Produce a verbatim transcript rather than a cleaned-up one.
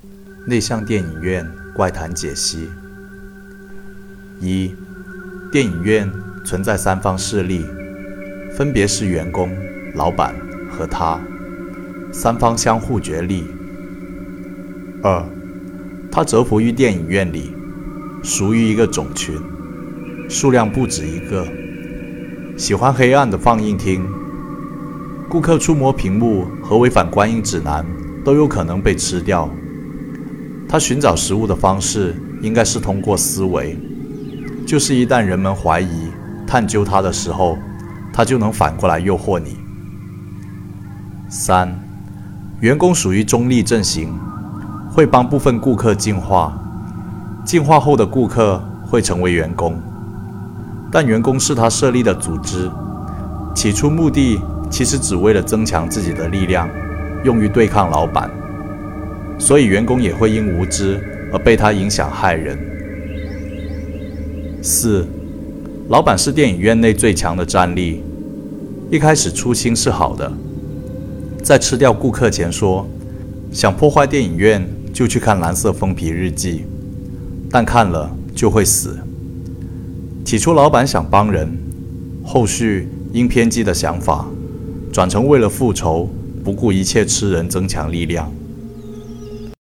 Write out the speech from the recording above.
内向电影院怪谈解析。一、电影院存在三方势力，分别是员工、老板和他，三方相互角力。二、他蛰伏于电影院里，属于一个种群，数量不止一个，喜欢黑暗的放映厅，顾客触摸屏幕和违反观影指南都有可能被吃掉。他寻找食物的方式应该是通过思维，就是一旦人们怀疑、探究他的时候，他就能反过来诱惑你。三、员工属于中立阵型，会帮部分顾客进化，进化后的顾客会成为员工，但员工是他设立的组织，起初目的其实只为了增强自己的力量，用于对抗老板，所以员工也会因无知而被他影响害人。四、老板是电影院内最强的战力，一开始初心是好的，在吃掉顾客前说，想破坏电影院就去看蓝色封皮日记，但看了就会死。起初老板想帮人，后续因偏激的想法转成为了复仇，不顾一切吃人增强力量。